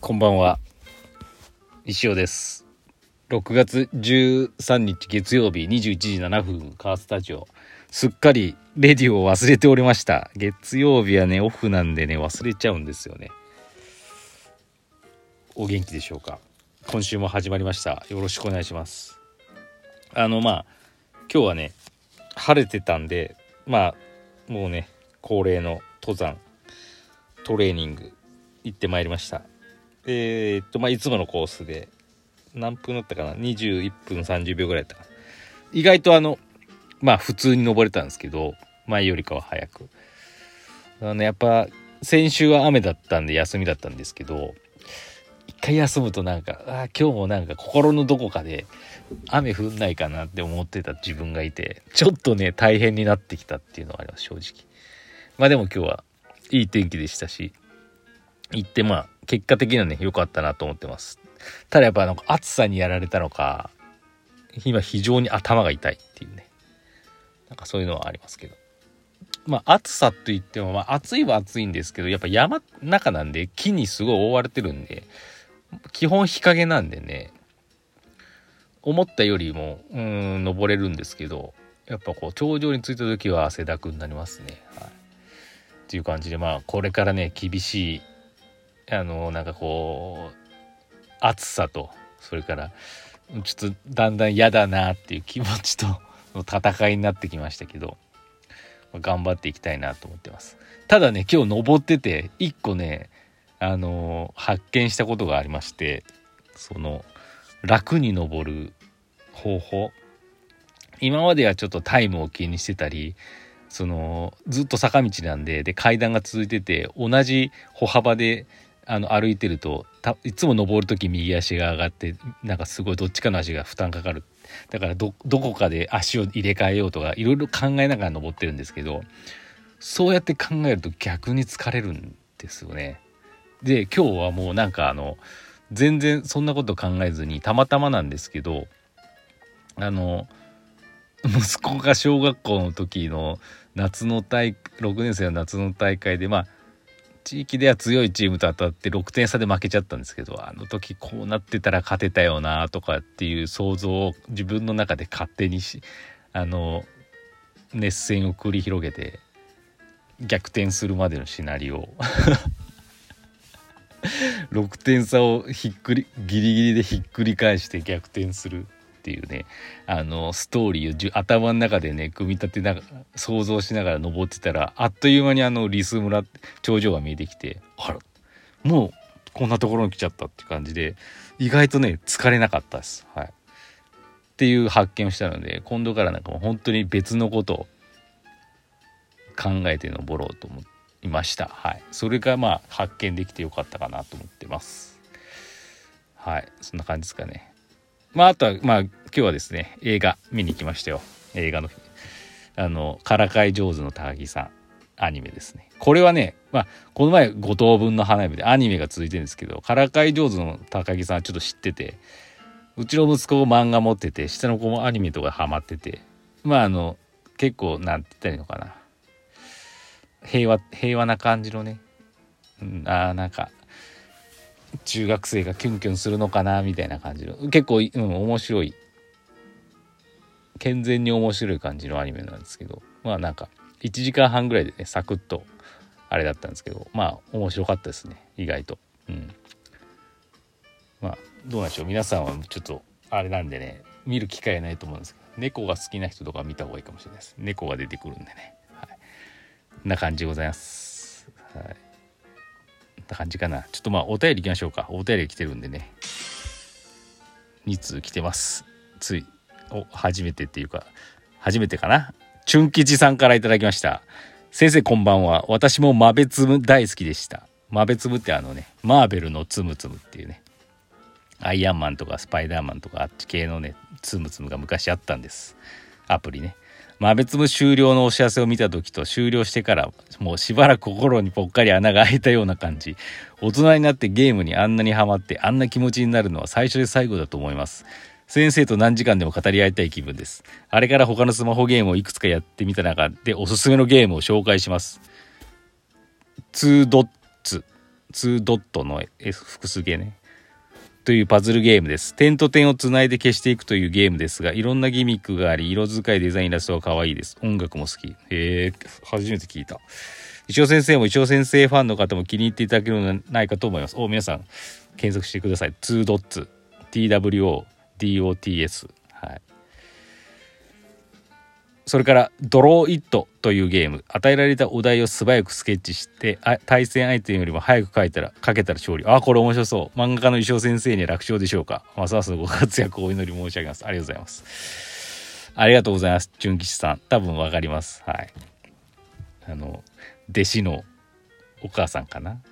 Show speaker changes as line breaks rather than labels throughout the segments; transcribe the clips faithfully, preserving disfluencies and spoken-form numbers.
こんばんは、石尾です。ろくがつじゅうさんにち月曜日にじゅういちじななふん、カースタジオ。すっかりレディオを忘れておりました。月曜日はねオフなんでね忘れちゃうんですよね。お元気でしょうか。今週も始まりました。よろしくお願いします。あのまあ今日はね晴れてたんで、まあもうね恒例の登山トレーニング行ってまいりました。えー、っとまあいつものコースで何分だったかな、にじゅういっぷんさんじゅうびょうぐらいだったかな。意外とあのまあ普通に登れたんですけど、前よりかは早く。あのやっぱ先週は雨だったんで休みだったんですけど、一回休むとなんかあ今日もなんか心のどこかで雨降んないかなって思ってた自分がいて、ちょっとね大変になってきたっていうのがあります、正直。まあでも今日はいい天気でしたし、行ってまあ結果的にはね良かったなと思ってます。ただやっぱなんか暑さにやられたのか今非常に頭が痛いっていうね、なんかそういうのはありますけど、まあ暑さといってもまあ暑いは暑いんですけど、やっぱ山中なんで木にすごい覆われてるんで基本日陰なんでね、思ったよりもうーん登れるんですけど、やっぱこう頂上に着いた時は汗だくになりますね、はい、っていう感じで、まあこれからね厳しいあのなんかこう暑さと、それからちょっとだんだん嫌だなっていう気持ちとの戦いになってきましたけど、頑張っていきたいなと思ってます。ただね今日登ってて一個ねあの発見したことがありまして、その楽に登る方法、今まではちょっとタイムを気にしてたり、そのずっと坂道なんでで階段が続いてて同じ歩幅であの歩いてるとたいつも登るとき右足が上がってなんかすごいどっちかの足が負担かかる。だから ど, どこかで足を入れ替えようとかいろいろ考えながら登ってるんですけど、そうやって考えると逆に疲れるんですよね。で今日はもうなんかあの全然そんなこと考えずにたまたまなんですけど、あの息子が小学校の時の夏の大ろくねん生の夏の大会でまあ地域では強いチームと当たってろくてんさで負けちゃったんですけど、あの時こうなってたら勝てたよなとかっていう想像を自分の中で勝手にしあの熱戦を繰り広げて逆転するまでのシナリオをろくてんさをひっくりギリギリでひっくり返して逆転するっていうね、あのストーリーを頭の中でね組み立てながら想像しながら登ってたら、あっという間にあのリス村頂上が見えてきて、あらもうこんなところに来ちゃったって感じで意外とね疲れなかったです、はい、っていう発見をしたので、今度からなんかもう本当に別のことを考えて登ろうと思いました。はい、それがまあ発見できてよかったかなと思ってます。はい、そんな感じですかね。まああとはまあ今日はですね映画見に行きましたよ。映画のあのからかい上手の高木さんアニメですね。これはねまあこの前ご等分の花嫁でアニメが続いてるんですけど、からかい上手の高木さんはちょっと知ってて、うちの息子も漫画持ってて下の子もアニメとかハマってて、まああの結構なんて言ったらいいのかな、平和平和な感じのね、うん、あなんか中学生がキュンキュンするのかなみたいな感じの結構、うん、面白い健全に面白い感じのアニメなんですけど、まあなんかいちじかんはんぐらいでねサクッとあれだったんですけど、まあ面白かったですね意外と。うん、まあどうなんでしょう、皆さんはちょっとあれなんでね見る機会ないと思うんですけど、猫が好きな人とか見た方がいいかもしれないです。猫が出てくるんでね、はい、こんな感じでございます。はい、こんな感じかな。ちょっとまあお便りいきましょうか。お便り来てるんでねに通来てます。ついお初めてっていうか初めてかな。チュン吉さんからいただきました。先生こんばんは。私も豆つむ大好きでした。豆つむってあのねマーベルのつむつむっていうね、アイアンマンとかスパイダーマンとかあっち系のねつむつむが昔あったんです、アプリね。豆つむ終了のお知らせを見た時と終了してからもうしばらく心にぽっかり穴が開いたような感じ。大人になってゲームにあんなにハマってあんな気持ちになるのは最初で最後だと思います。先生と何時間でも語り合いたい気分です。あれから他のスマホゲームをいくつかやってみた中でおすすめのゲームを紹介します。ツードッツにドットの F 複数形ねというパズルゲームです。点と点をつないで消していくというゲームですが、いろんなギミックがあり、色使い、デザイン、イラストは可愛いです。音楽も好き。へえ、初めて聞いた。石尾先生も石尾先生ファンの方も気に入っていただけるのではないかと思います。お、皆さん検索してください。にドッツ ティーダブリューオーディーオーティーエス、はい。それからドローイットというゲーム。与えられたお題を素早くスケッチして対戦相手よりも早く書いたら書けたら勝利。あ、これ面白そう。漫画家の石尾先生には楽勝でしょうか。ますますのご活躍をお祈り申し上げます。ありがとうございます。ありがとうございます。純吉さん、多分わかります。はい。あの弟子のお母さんかな。はい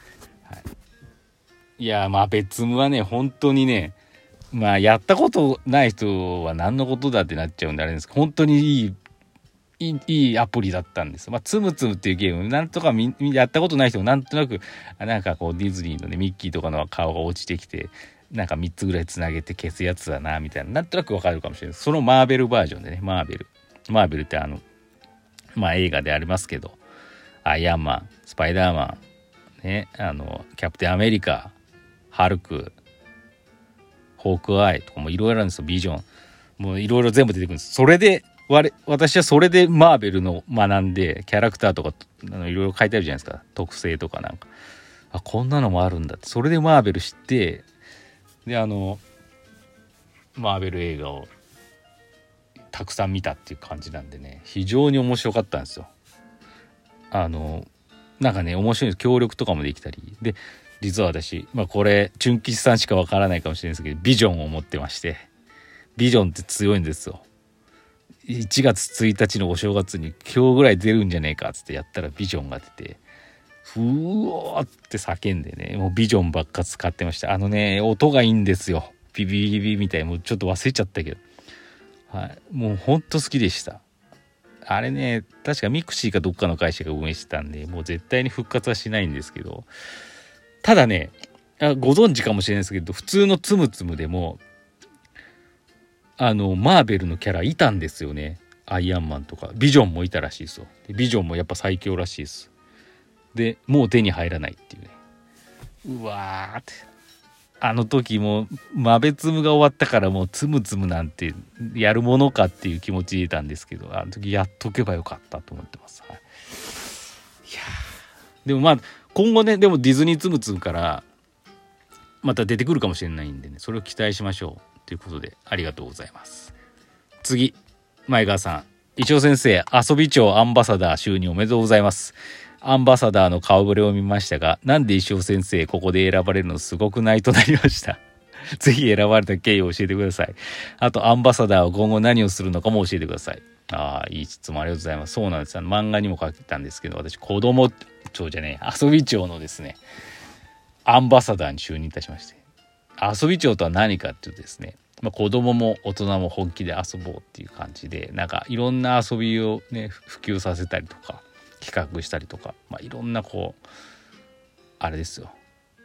、いやまあ別夢はね本当にね、まあやったことない人は何のことだってなっちゃうんであれですけど、本当にいいいいいいアプリだったんです。まあつむつむっていうゲームなんとかみやったことない人もなんとなくなんかこうディズニーのねミッキーとかの顔が落ちてきてなんかみっつぐらいつなげて消すやつだなみたいななんとなくわかるかもしれない。そのマーベルバージョンでね、マーベルマーベルってあのまあ映画でありますけど、アイアンマン、スパイダーマンね、あのキャプテンアメリカ、ハルク、ホークアイとかもいろいろあるんですよ。ビジョンもういろいろ全部出てくるんです。それで我私はそれでマーベルの学んでキャラクターとかあのいろいろ書いてあるじゃないですか、特性とかなんか、あこんなのもあるんだって、それでマーベル知って、であのマーベル映画をたくさん見たっていう感じなんでね、非常に面白かったんですよ。あのなんかね面白いです。協力とかもできたりで、実は私まあこれ純吉さんしかわからないかもしれないですけど、ビジョンを持ってまして、ビジョンって強いんですよ。いちがつついたちのお正月に今日ぐらい出るんじゃねえかっつってやったらビジョンが出て、ふおーって叫んでね、もうビジョンばっか使ってました。あのね音がいいんですよ。ビビビビみたいな、もうちょっと忘れちゃったけど、はい、もうほんと好きでした。あれね確かミクシーかどっかの会社が運営してたんで、もう絶対に復活はしないんですけど、ただねご存知かもしれないですけど、普通のつむつむでもあのマーベルのキャラいたんですよね。アイアンマンとかビジョンもいたらしいですよ。でビジョンもやっぱ最強らしいです。でもう手に入らないっていうね。うわーって、あの時もマベツムが終わったからもうつむつむなんてやるものかっていう気持ちでいたんですけど、あの時やっとけばよかったと思ってます。はい、いやでもまあ今後ね、でもディズニーつむつむからまた出てくるかもしれないんでね、それを期待しましょうということで、ありがとうございます。次、前川さん、一応先生、遊び町アンバサダー就任おめでとうございます。アンバサダーの顔ぶれを見ましたが、なんで石尾先生ここで選ばれるのすごくないとなりました。ぜひ選ばれた経緯を教えてください。あとアンバサダーは今後何をするのかも教えてください。ああ、いい質問ありがとうございます。そうなんです。あの漫画にも書いてたんですけど、私子供庁じゃねえ遊び庁のですねアンバサダーに就任いたしまして、遊び庁とは何かっていうとですね、まあ、子供も大人も本気で遊ぼうっていう感じで、なんかいろんな遊びをね普及させたりとか企画したりとか、まあ、いろんなこうあれですよ、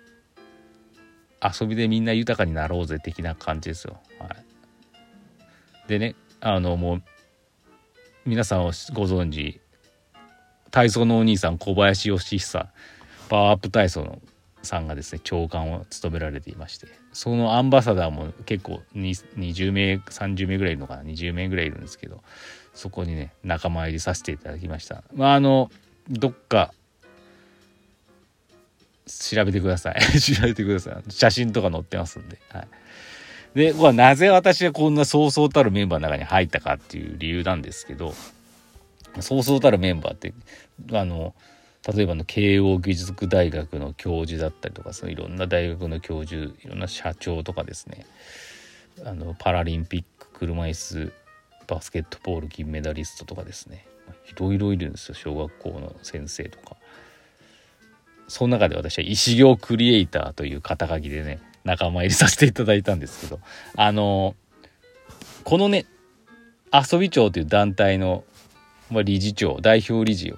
遊びでみんな豊かになろうぜ的な感じですよ。はい、でね、あのもう皆さんをご存知体操のお兄さん小林義久パワーアップ体操のさんがですね長官を務められていまして、そのアンバサダーも結構にじゅうめいさんじゅうめいぐらいいるのかな、にじゅうめいぐらいいるんですけど、そこにね仲間入りさせていただきました。まああのどっか調べてください調べてください、写真とか載ってますんで。はい、でこれなぜ私がこんなそうそうたるメンバーの中に入ったかっていう理由なんですけど、そうそうたるメンバーってあの例えばの慶応義塾大学の教授だったりとか、そのいろんな大学の教授、いろんな社長とかですね、あのパラリンピック車椅子バスケットボール銀メダリストとかですね、いろいろいるんですよ。小学校の先生とか。その中で私は石行クリエイターという肩書きでね仲間入りさせていただいたんですけど、あのこのね遊び町という団体の、まあ、理事長代表理事を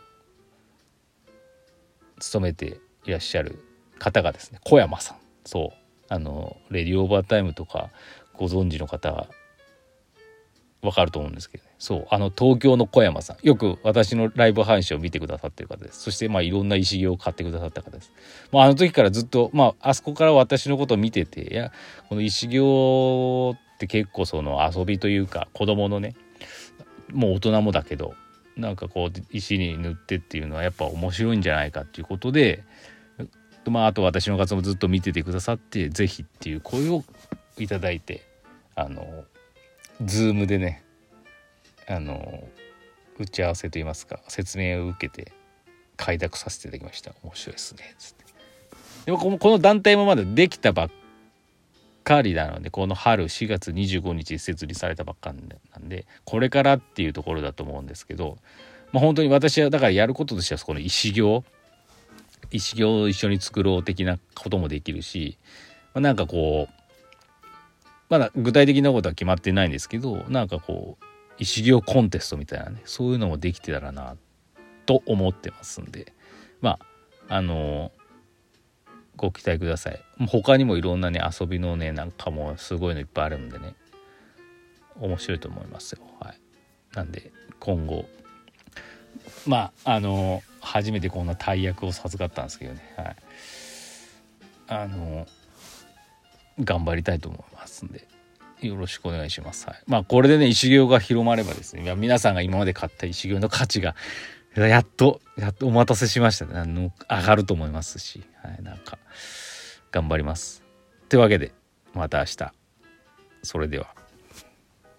務めていらっしゃる方がですね小山さん、そうあのレディオーバータイムとかご存知の方は分かると思うんですけどね、 そうあの東京の小山さん、よく私のライブ配信を見てくださってる方です。そしてまあいろんな石行を買ってくださった方です。まあ、あの時からずっとまああそこから私のことを見てて、いやこの石行って結構その遊びというか、子供のね、もう大人もだけどなんかこう石に塗ってっていうのはやっぱ面白いんじゃないかっていうことで、まああと私の活動もずっと見ててくださって、ぜひっていう声をいただいて、あのズームでね、あの打ち合わせといいますか説明を受けて快諾させていただきました。面白いですねつって。でもこのこの団体もまだできたばっかりなので、この春しがつにじゅうごにちに設立されたばっかなんで、これからっていうところだと思うんですけど、まあ、本当に私はだからやることとしてはこの石行石行を一緒に作ろう的なこともできるし、まあ、なんかこうまだ具体的なことは決まってないんですけど、なんかこう石行コンテストみたいなね、そういうのもできてたらなと思ってますんで、まああのご期待ください。他にもいろんなね遊びのねなんかもすごいのいっぱいあるんでね、面白いと思いますよ。はい。なんで今後まああの初めてこんな大役を授かったんですけどね、はい、あの頑張りたいと思いますんでよろしくお願いします。はい、まあこれでね石行が広まればですね、皆さんが今まで買った石行の価値がやっとやっとお待たせしましたね、あの上がると思いますし、はい、なんか頑張ります。というわけでまた明日。それでは。